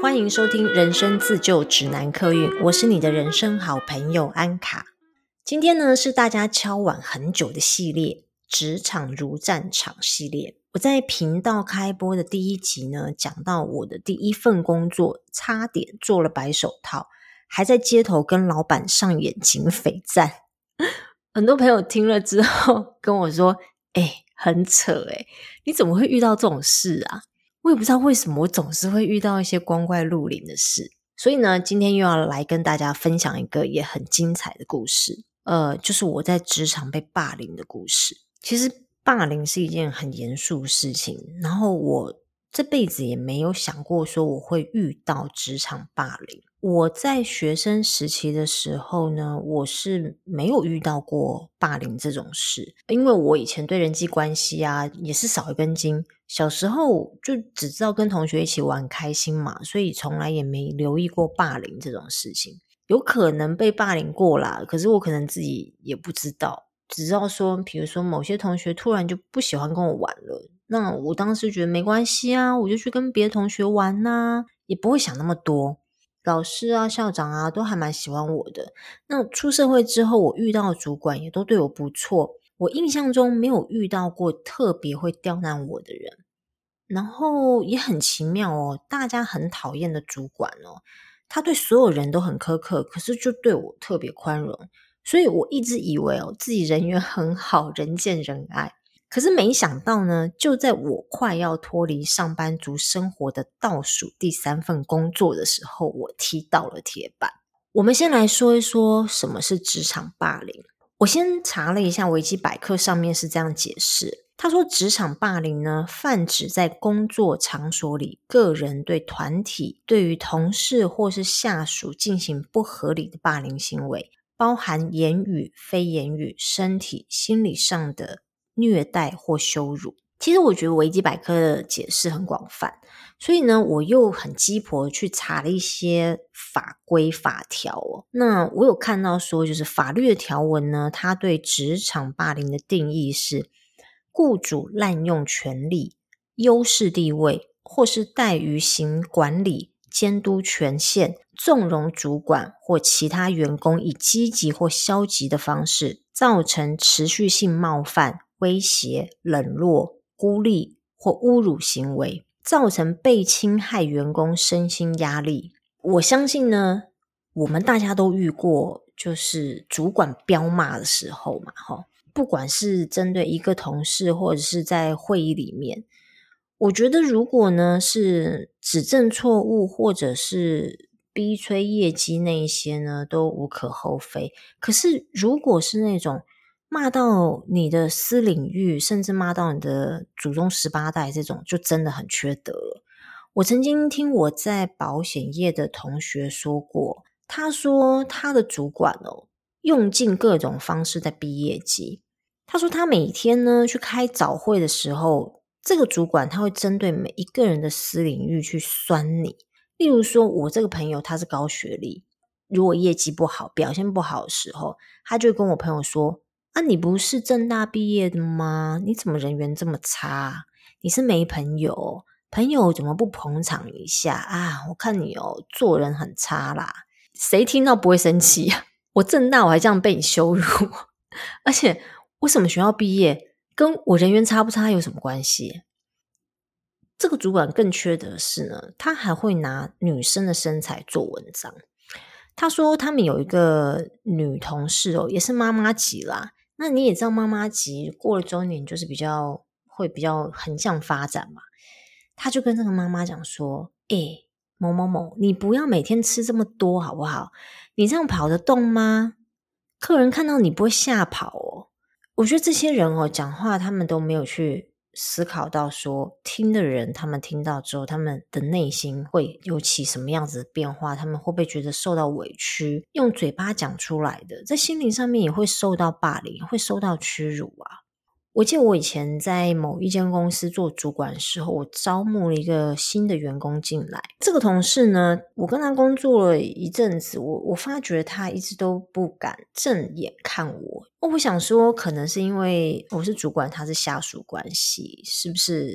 欢迎收听人生自救指南客运，我是你的人生好朋友安卡。今天呢是大家敲碗很久的系列，职场如战场系列。我在频道开播的第一集呢，讲到我的第一份工作差点做了白手套，还在街头跟老板上演警匪战。很多朋友听了之后跟我说很扯你怎么会遇到这种事啊？我也不知道为什么我总是会遇到一些光怪陆离的事，所以呢，今天又要来跟大家分享一个也很精彩的故事，就是我在职场被霸凌的故事。其实霸凌是一件很严肃的事情，然后我这辈子也没有想过说我会遇到职场霸凌。我在学生时期的时候呢，我是没有遇到过霸凌这种事，因为我以前对人际关系啊也是少一根筋，小时候就只知道跟同学一起玩开心嘛，所以从来也没留意过霸凌这种事情。有可能被霸凌过啦，可是我可能自己也不知道，只知道说比如说某些同学突然就不喜欢跟我玩了，那我当时觉得没关系啊，我就去跟别的同学玩啊，也不会想那么多。老师啊校长啊都还蛮喜欢我的。那出社会之后，我遇到的主管也都对我不错，我印象中没有遇到过特别会刁难我的人。然后也很奇妙哦，大家很讨厌的主管哦，他对所有人都很苛刻，可是就对我特别宽容，所以我一直以为自己人缘很好，人见人爱。可是没想到呢，就在我快要脱离上班族生活的倒数第3份工作的时候，我踢到了铁板。我们先来说一说什么是职场霸凌。我先查了一下维基百科，上面是这样解释。他说职场霸凌呢，泛指在工作场所里个人对团体、对于同事或是下属进行不合理的霸凌行为，包含言语、非言语、身体、心理上的虐待或羞辱。其实我觉得维基百科的解释很广泛，所以呢，我又很鸡婆去查了一些法规法条那我有看到说，就是法律的条文呢，它对职场霸凌的定义是雇主滥用权力、优势地位或是怠于行管理、监督权限，纵容主管或其他员工以积极或消极的方式，造成持续性冒犯、威胁、冷落、孤立或侮辱行为，造成被侵害员工身心压力。我相信呢，我们大家都遇过，就是主管彪骂的时候嘛，不管是针对一个同事或者是在会议里面，我觉得如果呢是指正错误或者是逼催业绩那一些呢，都无可厚非。可是如果是那种骂到你的私领域，甚至骂到你的祖宗18代，这种就真的很缺德了。我曾经听我在保险业的同学说过，他说他的主管用尽各种方式在逼业绩。他说他每天呢去开早会的时候，这个主管他会针对每一个人的私领域去酸你。例如说我这个朋友他是高学历，如果业绩不好表现不好的时候，他就跟我朋友说你不是政大毕业的吗？你怎么人缘这么差？你是没朋友？朋友怎么不捧场一下啊？我看你做人很差啦。谁听到不会生气啊？我政大我还这样被你羞辱，而且我什么学校毕业跟我人缘差不差有什么关系？这个主管更缺德的是呢，他还会拿女生的身材做文章。他说他们有一个女同事也是妈妈级啦。那你也知道妈妈级过了周年就是比较横向发展嘛。他就跟这个妈妈讲说某某某，你不要每天吃这么多好不好？你这样跑得动吗？客人看到你不会吓跑我觉得这些人讲话他们都没有去思考到说听的人他们听到之后他们的内心会有起什么样子的变化，他们会不会觉得受到委屈，用嘴巴讲出来的在心灵上面也会受到霸凌，会受到屈辱啊。我记得我以前在某一间公司做主管的时候，我招募了一个新的员工进来。这个同事呢，我跟他工作了一阵子，我发觉他一直都不敢正眼看我。我想说可能是因为我是主管，他是下属关系，是不是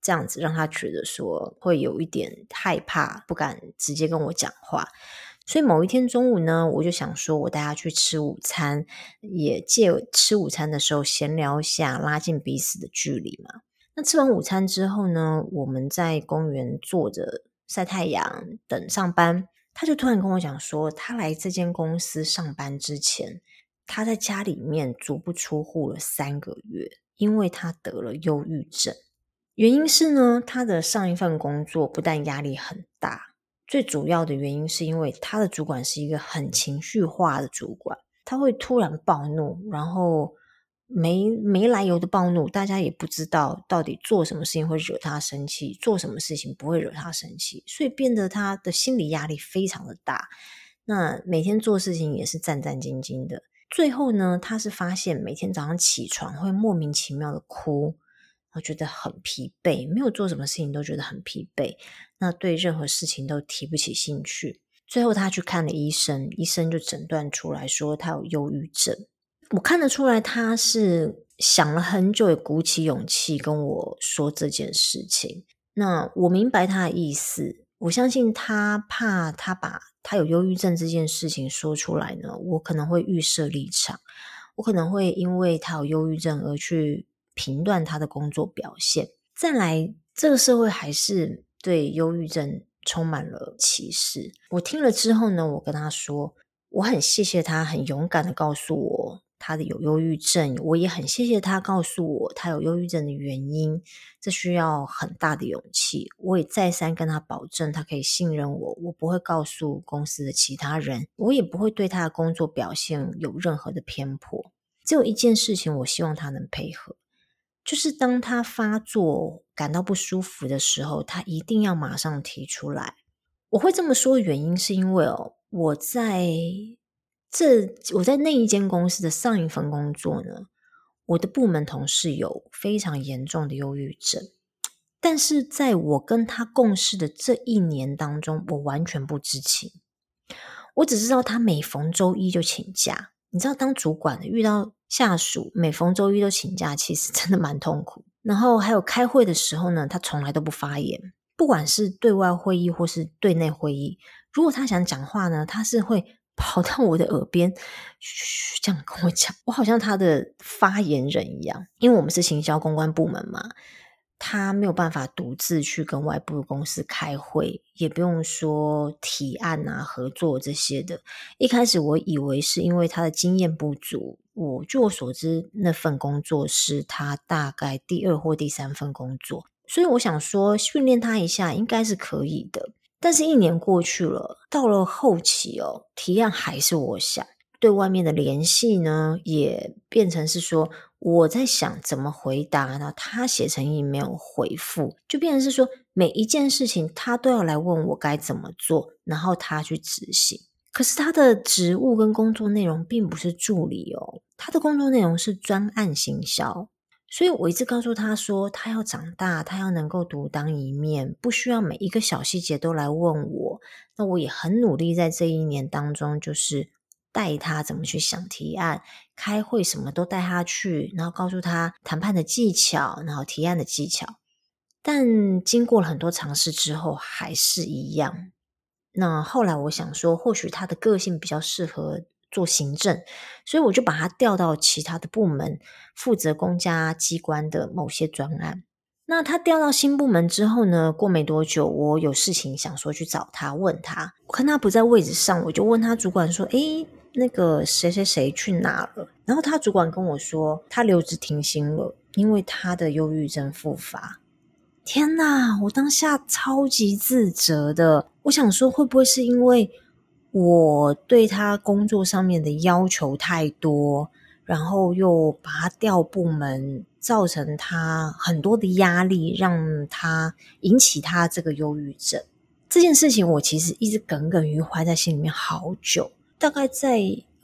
这样子让他觉得说会有一点害怕，不敢直接跟我讲话。所以某一天中午呢，我就想说我带他去吃午餐，也借吃午餐的时候闲聊一下，拉近彼此的距离嘛。那吃完午餐之后呢，我们在公园坐着晒太阳等上班，他就突然跟我讲说，他来这间公司上班之前，他在家里面足不出户了3个月，因为他得了忧郁症。原因是呢，他的上一份工作不但压力很大，最主要的原因是因为他的主管是一个很情绪化的主管，他会突然暴怒，然后没来由的暴怒，大家也不知道到底做什么事情会惹他生气，做什么事情不会惹他生气，所以变得他的心理压力非常的大。那每天做事情也是战战兢兢的。最后呢，他是发现每天早上起床会莫名其妙的哭，我觉得很疲惫，没有做什么事情都觉得很疲惫，那对任何事情都提不起兴趣。最后他去看了医生，医生就诊断出来说他有忧郁症。我看得出来他是想了很久，也鼓起勇气跟我说这件事情。那我明白他的意思，我相信他怕他把他有忧郁症这件事情说出来呢，我可能会预设立场，我可能会因为他有忧郁症而去评断他的工作表现。再来，这个社会还是对忧郁症充满了歧视。我听了之后呢，我跟他说，我很谢谢他很勇敢的告诉我他的有忧郁症，我也很谢谢他告诉我他有忧郁症的原因，这需要很大的勇气。我也再三跟他保证他可以信任我，我不会告诉公司的其他人，我也不会对他的工作表现有任何的偏颇。只有一件事情我希望他能配合，就是当他发作感到不舒服的时候，他一定要马上提出来。我会这么说的原因是因为我在那一间公司的上一份工作呢，我的部门同事有非常严重的忧郁症，但是在我跟他共事的这1年当中，我完全不知情。我只知道他每逢周一就请假。你知道当主管的遇到下属每逢周一都请假，其实真的蛮痛苦。然后还有开会的时候呢，他从来都不发言，不管是对外会议或是对内会议，如果他想讲话呢，他是会跑到我的耳边嘘这样跟我讲，我好像他的发言人一样。因为我们是行销公关部门嘛，他没有办法独自去跟外部公司开会，也不用说提案啊、合作这些的。一开始我以为是因为他的经验不足，据我所知，那份工作是他大概第2或第3份工作，所以我想说训练他一下应该是可以的。但是1年过去了，到了后期提案还是我想，对外面的联系呢，也变成是说我在想怎么回答，然后他写成email回复，就变成是说每一件事情他都要来问我该怎么做，然后他去执行。可是他的职务跟工作内容并不是助理他的工作内容是专案行销。所以我一直告诉他说，他要长大，他要能够独当一面，不需要每一个小细节都来问我。那我也很努力在这1年当中，就是带他怎么去想提案，开会什么都带他去，然后告诉他谈判的技巧，然后提案的技巧。但经过了很多尝试之后，还是一样。那后来我想说，或许他的个性比较适合做行政，所以我就把他调到其他的部门，负责公家机关的某些专案。那他调到新部门之后呢，过没多久，我有事情想说去找他问他，我看他不在位置上，我就问他主管说，那个谁谁谁去哪了？然后他主管跟我说，他留职停薪了，因为他的忧郁症复发。天哪，我当下超级自责的。我想说，会不会是因为我对他工作上面的要求太多，然后又把他调部门，造成他很多的压力，让他引起他这个忧郁症。这件事情我其实一直耿耿于怀在心里面好久。大概在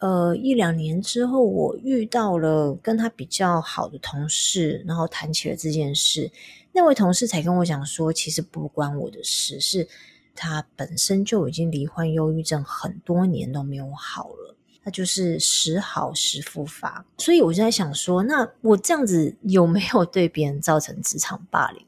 1-2年之后，我遇到了跟他比较好的同事，然后谈起了这件事。那位同事才跟我讲说，其实不关我的事，是他本身就已经罹患忧郁症很多年都没有好了，他就是时好时复发。所以我就在想说，那我这样子有没有对别人造成职场霸凌？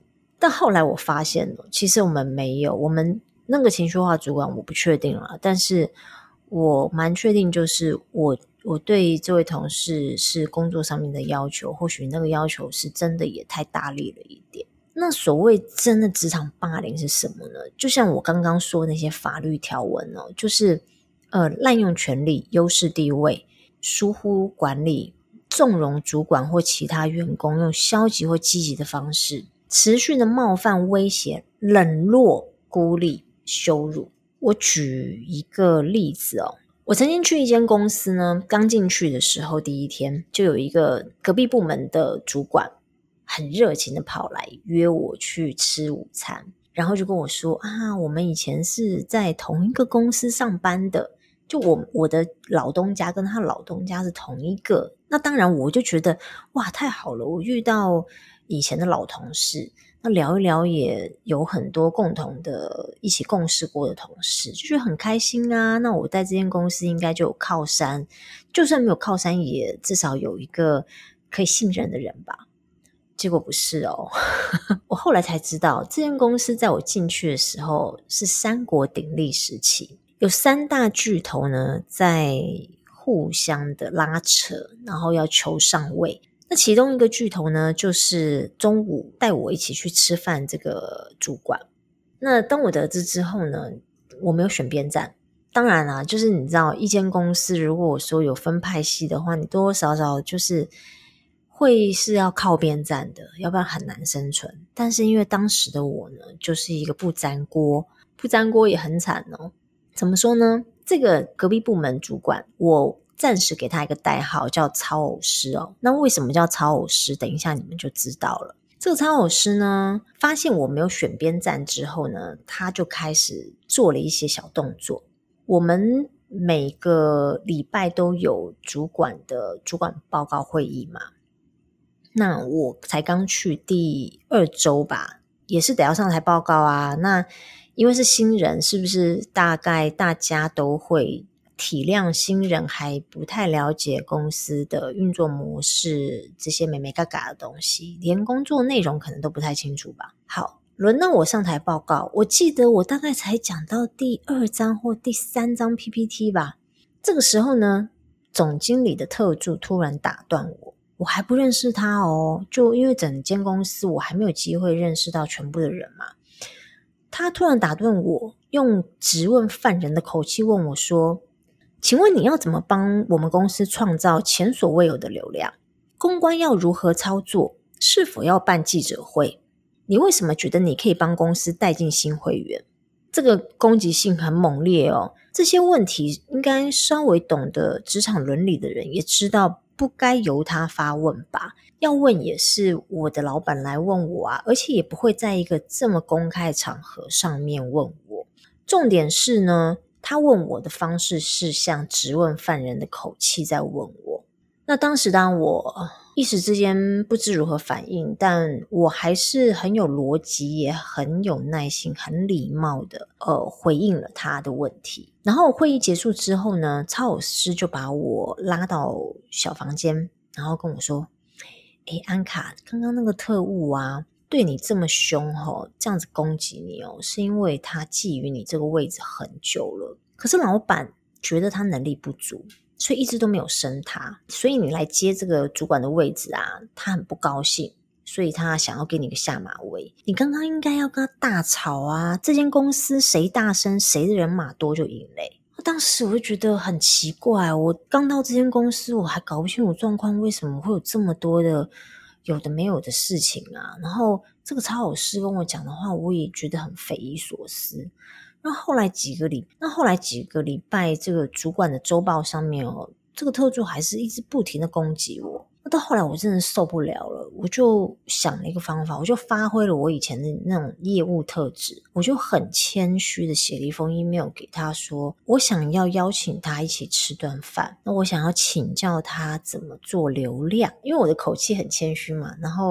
但后来我发现其实我们没有，我们那个情绪化主管我不确定啦，但是我蛮确定就是我对这位同事是工作上面的要求，或许那个要求是真的也太大力了一点。那所谓真的职场霸凌是什么呢？就像我刚刚说那些法律条文就是滥用权力、优势地位、疏忽管理、纵容主管或其他员工用消极或积极的方式持续的冒犯、威胁、冷落、孤立、羞辱。我举一个例子我曾经去一间公司呢，刚进去的时候第一天就有一个隔壁部门的主管很热情的跑来约我去吃午餐，然后就跟我说我们以前是在同一个公司上班的，就我的老东家跟他老东家是同一个。那当然我就觉得哇太好了，我遇到以前的老同事，那聊一聊也有很多共同的一起共事过的同事，就觉得很开心啊。那我在这间公司应该就有靠山，就算没有靠山也至少有一个可以信任的人吧。结果不是我后来才知道这间公司在我进去的时候是三国鼎立时期，有三大巨头呢在互相的拉扯，然后要求上位。那其中一个巨头呢，就是中午带我一起去吃饭这个主管。那当我得知之后呢，我没有选边站。当然啦，就是你知道一间公司如果说有分派系的话，你多多少少就是会是要靠边站的，要不然很难生存。但是因为当时的我呢，就是一个不沾锅也很惨怎么说呢？这个隔壁部门主管，我暂时给他一个代号叫操偶师那为什么叫操偶师？等一下你们就知道了。这个操偶师呢，发现我没有选边站之后呢，他就开始做了一些小动作。我们每个礼拜都有主管的主管报告会议嘛，那我才刚去第2周吧，也是得要上台报告啊。那因为是新人，是不是大概大家都会体谅新人还不太了解公司的运作模式，这些眉眉角角的东西，连工作内容可能都不太清楚吧。好，轮到我上台报告，我记得我大概才讲到第2章或第3章 PPT 吧。这个时候呢，总经理的特助突然打断我还不认识他就因为整间公司我还没有机会认识到全部的人嘛。他突然打断我，用质问犯人的口气问我说，请问你要怎么帮我们公司创造前所未有的流量？公关要如何操作？是否要办记者会？你为什么觉得你可以帮公司带进新会员？这个攻击性很猛烈这些问题应该稍微懂得职场伦理的人也知道不该由他发问吧，要问也是我的老板来问我啊，而且也不会在一个这么公开的场合上面问我。重点是呢，他问我的方式是像质问犯人的口气在问我。那当时当我一时之间不知如何反应，但我还是很有逻辑，也很有耐心，很礼貌的回应了他的问题。然后会议结束之后呢，操偶师就把我拉到小房间，然后跟我说，安卡，刚刚那个特务啊对你这么凶这样子攻击你是因为他觊觎你这个位置很久了，可是老板觉得他能力不足，所以一直都没有升他，所以你来接这个主管的位置啊，他很不高兴，所以他想要给你个下马威。你刚刚应该要跟他大吵啊，这间公司谁大声谁的人马多就赢嘞。当时我就觉得很奇怪，我刚到这间公司我还搞不清楚状况，为什么会有这么多的有的没有的事情啊。然后这个操偶师跟我讲的话我也觉得很匪夷所思。那后来几个礼拜这个主管的周报上面这个特助还是一直不停的攻击我。那到后来我真的受不了了，我就想了一个方法，我就发挥了我以前的那种业务特质，我就很谦虚的写了一封 email 给他说，我想要邀请他一起吃顿饭，那我想要请教他怎么做流量，因为我的口气很谦虚嘛，然后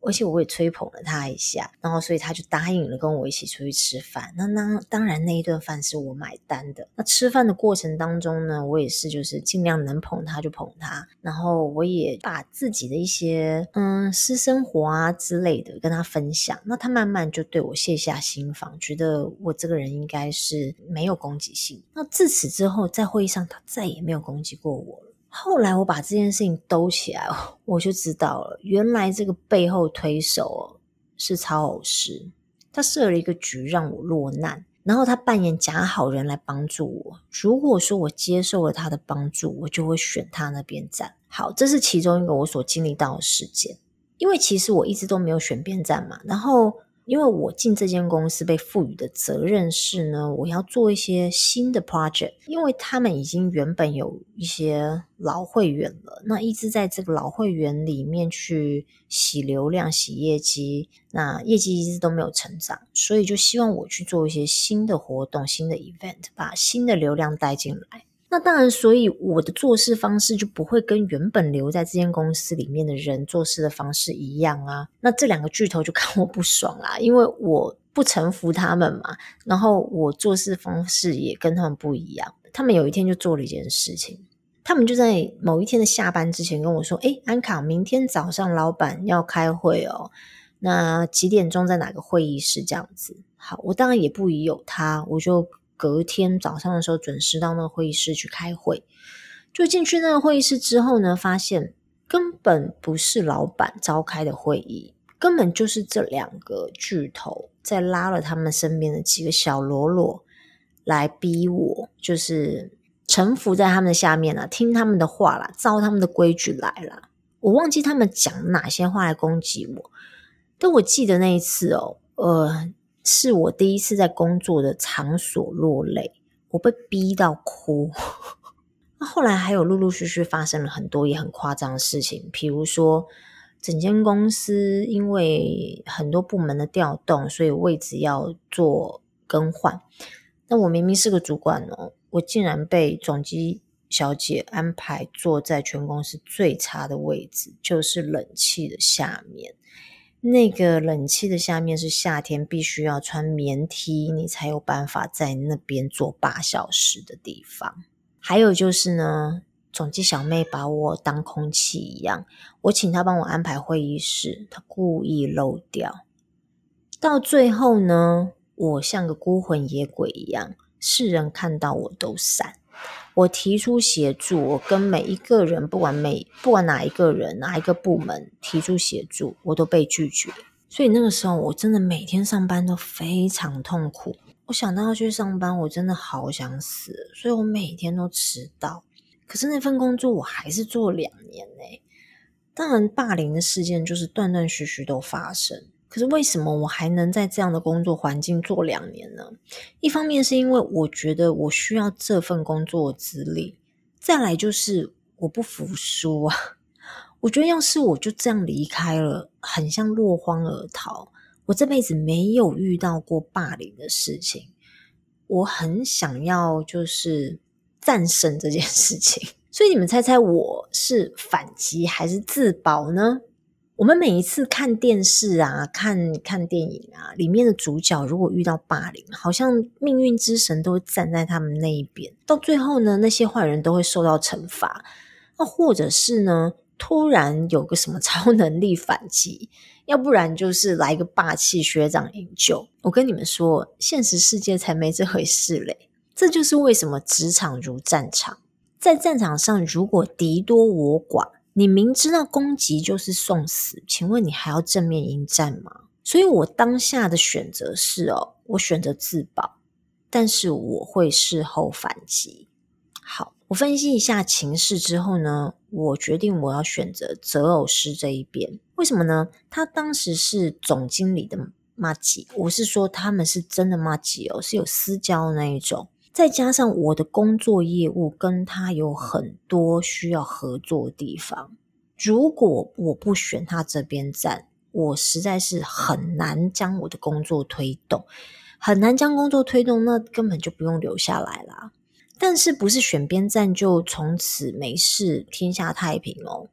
而且我也吹捧了他一下，然后所以他就答应了跟我一起出去吃饭。那当然那一顿饭是我买单的。那吃饭的过程当中呢，我也是就是尽量能捧他就捧他，然后我也把自己的一些私生活啊之类的跟他分享。那他慢慢就对我卸下心防，觉得我这个人应该是没有攻击性。那自此之后在会议上他再也没有攻击过我了。后来我把这件事情兜起来，我就知道了，原来这个背后推手是操偶师，他设了一个局让我落难，然后他扮演假好人来帮助我。如果说我接受了他的帮助，我就会选他那边站。好，这是其中一个我所经历到的事件。因为其实我一直都没有选边站嘛，然后因为我进这间公司被赋予的责任是呢，我要做一些新的 project， 因为他们已经原本有一些老会员了，那一直在这个老会员里面去洗流量、洗业绩，那业绩一直都没有成长，所以就希望我去做一些新的活动、新的 event， 把新的流量带进来。那当然，所以我的做事方式就不会跟原本留在这间公司里面的人做事的方式一样啊。那这两个巨头就看我不爽啦，因为我不臣服他们嘛，然后我做事方式也跟他们不一样。他们有一天就做了一件事情，他们就在某一天的下班之前跟我说，安卡，明天早上老板要开会哦，那几点钟在哪个会议室这样子。好，我当然也不疑有他，我就隔天早上的时候准时到那个会议室去开会。就进去那个会议室之后呢，发现根本不是老板召开的会议，根本就是这两个巨头在拉了他们身边的几个小喽啰来逼我，就是臣服在他们的下面啦，听他们的话啦，照他们的规矩来啦。我忘记他们讲哪些话来攻击我，但我记得那一次是我第一次在工作的场所落泪，我被逼到哭。那后来还有陆陆续续发生了很多也很夸张的事情，比如说整间公司因为很多部门的调动，所以位置要做更换。那我明明是个主管我竟然被总机小姐安排坐在全公司最差的位置，就是冷气的下面。那个冷气的下面是夏天必须要穿棉 T， 你才有办法在那边坐8小时的地方。还有就是呢，总机小妹把我当空气一样，我请她帮我安排会议室，她故意漏掉。到最后呢，我像个孤魂野鬼一样，世人看到我都闪。我提出协助，我跟每一个人，不管哪一个人哪一个部门提出协助，我都被拒绝。所以那个时候我真的每天上班都非常痛苦，我想到要去上班我真的好想死，所以我每天都迟到。可是那份工作我还是做2年当然霸凌的事件就是断断续续都发生，可是为什么我还能在这样的工作环境做2年呢？一方面是因为我觉得我需要这份工作的资历，再来就是我不服输啊。我觉得要是我就这样离开了，很像落荒而逃。我这辈子没有遇到过霸凌的事情，我很想要就是战胜这件事情。所以你们猜猜我是反击还是自保呢？我们每一次看电视啊，看电影啊，里面的主角如果遇到霸凌，好像命运之神都会站在他们那一边，到最后呢，那些坏人都会受到惩罚。那或者是呢，突然有个什么超能力反击，要不然就是来个霸气学长营救。我跟你们说，现实世界才没这回事嘞。这就是为什么职场如战场，在战场上如果敌多我寡，你明知道攻击就是送死，请问你还要正面迎战吗？所以我当下的选择是我选择自保，但是我会事后反击。好，我分析一下情势之后呢，我决定我要选择择偶师这一边。为什么呢？他当时是总经理的麻吉，我是说他们是真的麻吉是有私交的那一种。再加上我的工作业务跟他有很多需要合作的地方，如果我不选他这边站，我实在是很难将我的工作推动，那根本就不用留下来啦。但是不是选边站就从此没事天下太平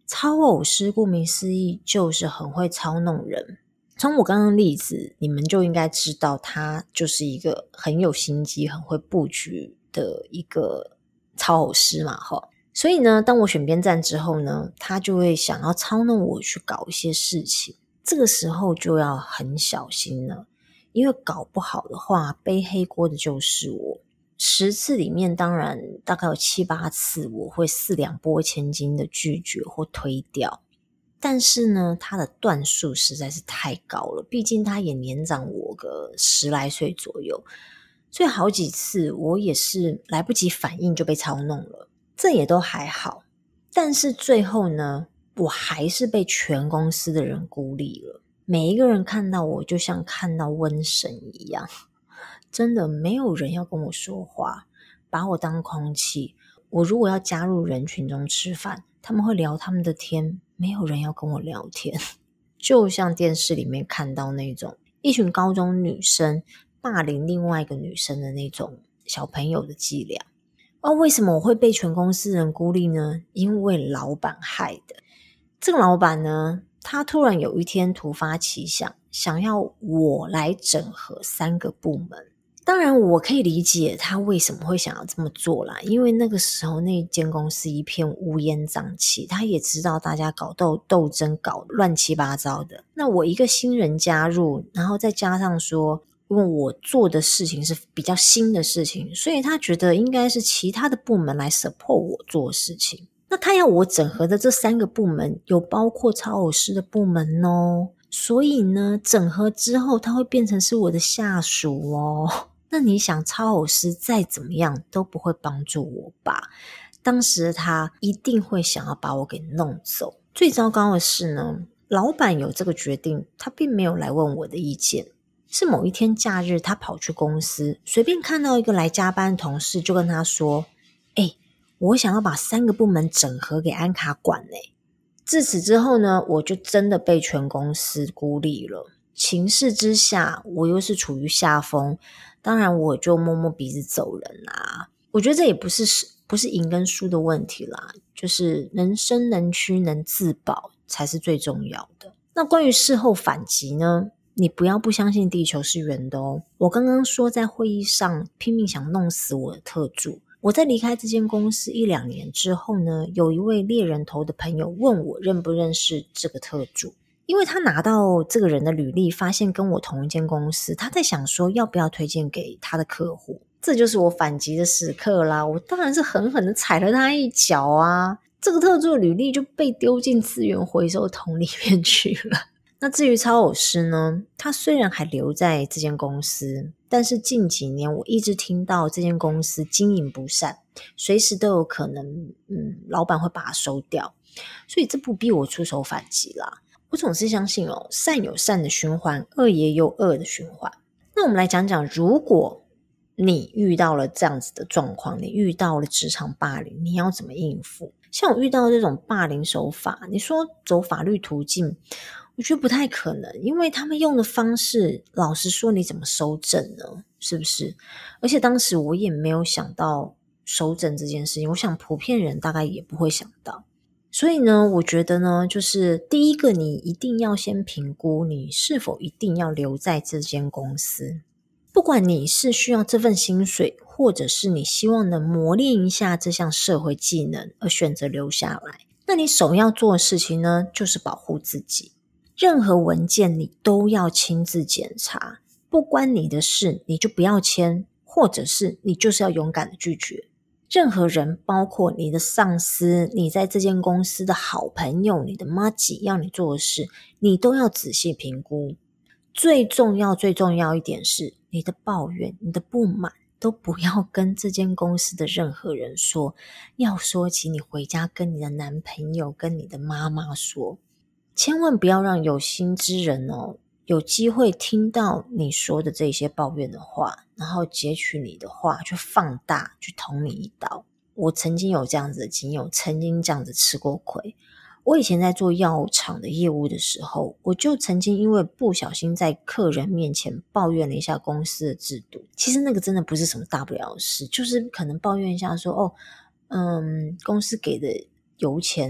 操偶师顾名思义就是很会操弄人，从我刚刚的例子你们就应该知道他就是一个很有心机很会布局的一个操偶师嘛齁。所以呢当我选边站之后呢，他就会想要操弄我去搞一些事情，这个时候就要很小心了，因为搞不好的话背黑锅的就是我。10次里面当然大概有7、8次我会4两拨千斤的拒绝或推掉，但是呢他的段数实在是太高了，毕竟他也年长我个10来岁左右，所以好几次我也是来不及反应就被操弄了，这也都还好。但是最后呢我还是被全公司的人孤立了，每一个人看到我就像看到瘟神一样，真的没有人要跟我说话，把我当空气。我如果要加入人群中吃饭，他们会聊他们的天，没有人要跟我聊天。就像电视里面看到那种一群高中女生霸凌另外一个女生的那种小朋友的伎俩。为什么我会被全公司人孤立呢？因为老板害的。这个老板呢，他突然有一天突发奇想，想要我来整合3个部门。当然我可以理解他为什么会想要这么做啦，因为那个时候那间公司一片乌烟瘴气，他也知道大家搞斗争搞乱七八糟的。那我一个新人加入，然后再加上说因为我做的事情是比较新的事情，所以他觉得应该是其他的部门来 support 我做的事情。那他要我整合的这3个部门有包括操偶师的部门哦，所以呢整合之后他会变成是我的下属哦。那你想操偶师再怎么样都不会帮助我吧，当时他一定会想要把我给弄走。最糟糕的是呢，老板有这个决定，他并没有来问我的意见，是某一天假日他跑去公司，随便看到一个来加班的同事，就跟他说我想要把3个部门整合给安卡管自此之后呢，我就真的被全公司孤立了。情势之下我又是处于下风，当然我就摸摸鼻子走人啦。我觉得这也不是赢跟输的问题啦，就是能伸能屈能自保才是最重要的。那关于事后反击呢，你不要不相信地球是圆的哦。我刚刚说在会议上拼命想弄死我的特助，我在离开这间公司1、2年之后呢，有一位猎人头的朋友问我认不认识这个特助，因为他拿到这个人的履历，发现跟我同一间公司，他在想说要不要推荐给他的客户。这就是我反击的时刻啦，我当然是狠狠的踩了他一脚啊，这个特助的履历就被丢进资源回收桶里面去了。那至于操偶师呢，他虽然还留在这间公司，但是近几年我一直听到这间公司经营不善，随时都有可能老板会把它收掉，所以这不逼我出手反击啦。我总是相信善有善的循环，恶也有恶的循环。那我们来讲讲，如果你遇到了这样子的状况，你遇到了职场霸凌，你要怎么应付？像我遇到这种霸凌手法，你说走法律途径，我觉得不太可能，因为他们用的方式，老实说你怎么收证呢？是不是？而且当时我也没有想到收证这件事情，我想普遍人大概也不会想到。所以呢，我觉得呢，就是第一个，你一定要先评估你是否一定要留在这间公司。不管你是需要这份薪水，或者是你希望能磨练一下这项社会技能而选择留下来，那你首要做的事情呢，就是保护自己。任何文件你都要亲自检查，不关你的事你就不要签，或者是你就是要勇敢的拒绝。任何人，包括你的上司，你在这间公司的好朋友，你的麻吉要你做的事，你都要仔细评估。最重要一点是，你的抱怨，你的不满都不要跟这间公司的任何人说，要说起你回家跟你的男朋友跟你的妈妈说，千万不要让有心之人有机会听到你说的这些抱怨的话，然后截取你的话去放大，去捅你一刀。我曾经有这样子的经验，曾经这样子吃过亏。我以前在做药厂的业务的时候，我就曾经因为不小心在客人面前抱怨了一下公司的制度。其实那个真的不是什么大不了的事，就是可能抱怨一下说公司给的油钱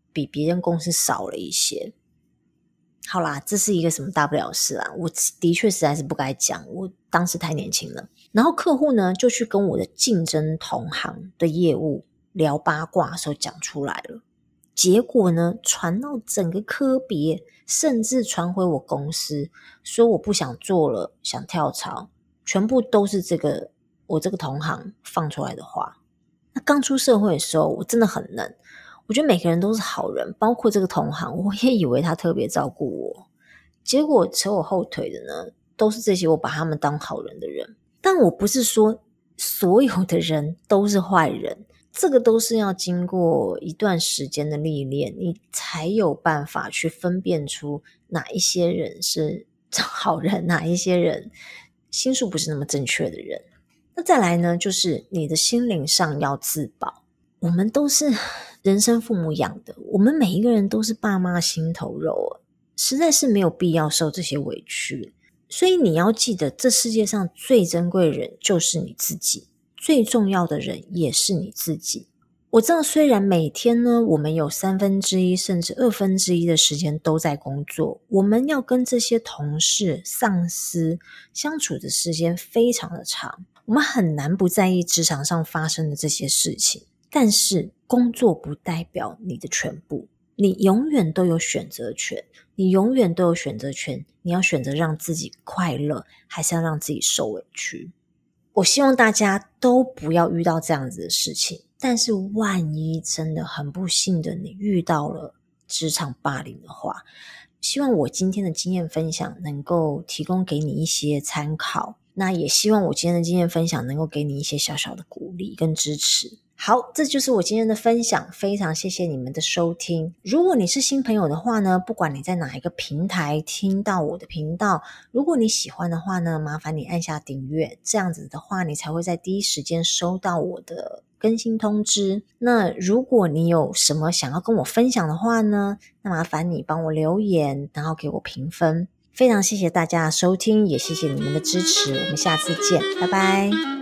比别人公司少了一些。好啦，这是一个什么大不了的事啊，我的确实在是不该讲，我当时太年轻了。然后客户呢就去跟我的竞争同行的业务聊八卦的时候讲出来了，结果呢传到整个科别，甚至传回我公司，说我不想做了，想跳槽，全部都是我这个同行放出来的话。那刚出社会的时候我真的很嫩，我觉得每个人都是好人，包括这个同行，我也以为他特别照顾我，结果扯我后腿的呢都是这些我把他们当好人的人。但我不是说所有的人都是坏人，这个都是要经过一段时间的历练，你才有办法去分辨出哪一些人是好人，哪一些人心术不是那么正确的人。那再来呢，就是你的心灵上要自保。我们都是人生父母养的，我们每一个人都是爸妈心头肉，实在是没有必要受这些委屈。所以你要记得，这世界上最珍贵的人就是你自己，最重要的人也是你自己。我知道虽然每天呢我们有1/3甚至1/2的时间都在工作，我们要跟这些同事上司相处的时间非常的长，我们很难不在意职场上发生的这些事情，但是工作不代表你的全部，你永远都有选择权，你永远都有选择权，你要选择让自己快乐，还是要让自己受委屈。我希望大家都不要遇到这样子的事情，但是万一真的很不幸的你遇到了职场霸凌的话，希望我今天的经验分享能够提供给你一些参考，那也希望我今天的经验分享能够给你一些小小的鼓励跟支持。好，这就是我今天的分享，非常谢谢你们的收听。如果你是新朋友的话呢，不管你在哪一个平台听到我的频道，如果你喜欢的话呢，麻烦你按下订阅，这样子的话你才会在第一时间收到我的更新通知。那如果你有什么想要跟我分享的话呢，那麻烦你帮我留言，然后给我评分。非常谢谢大家的收听，也谢谢你们的支持，我们下次见，拜拜。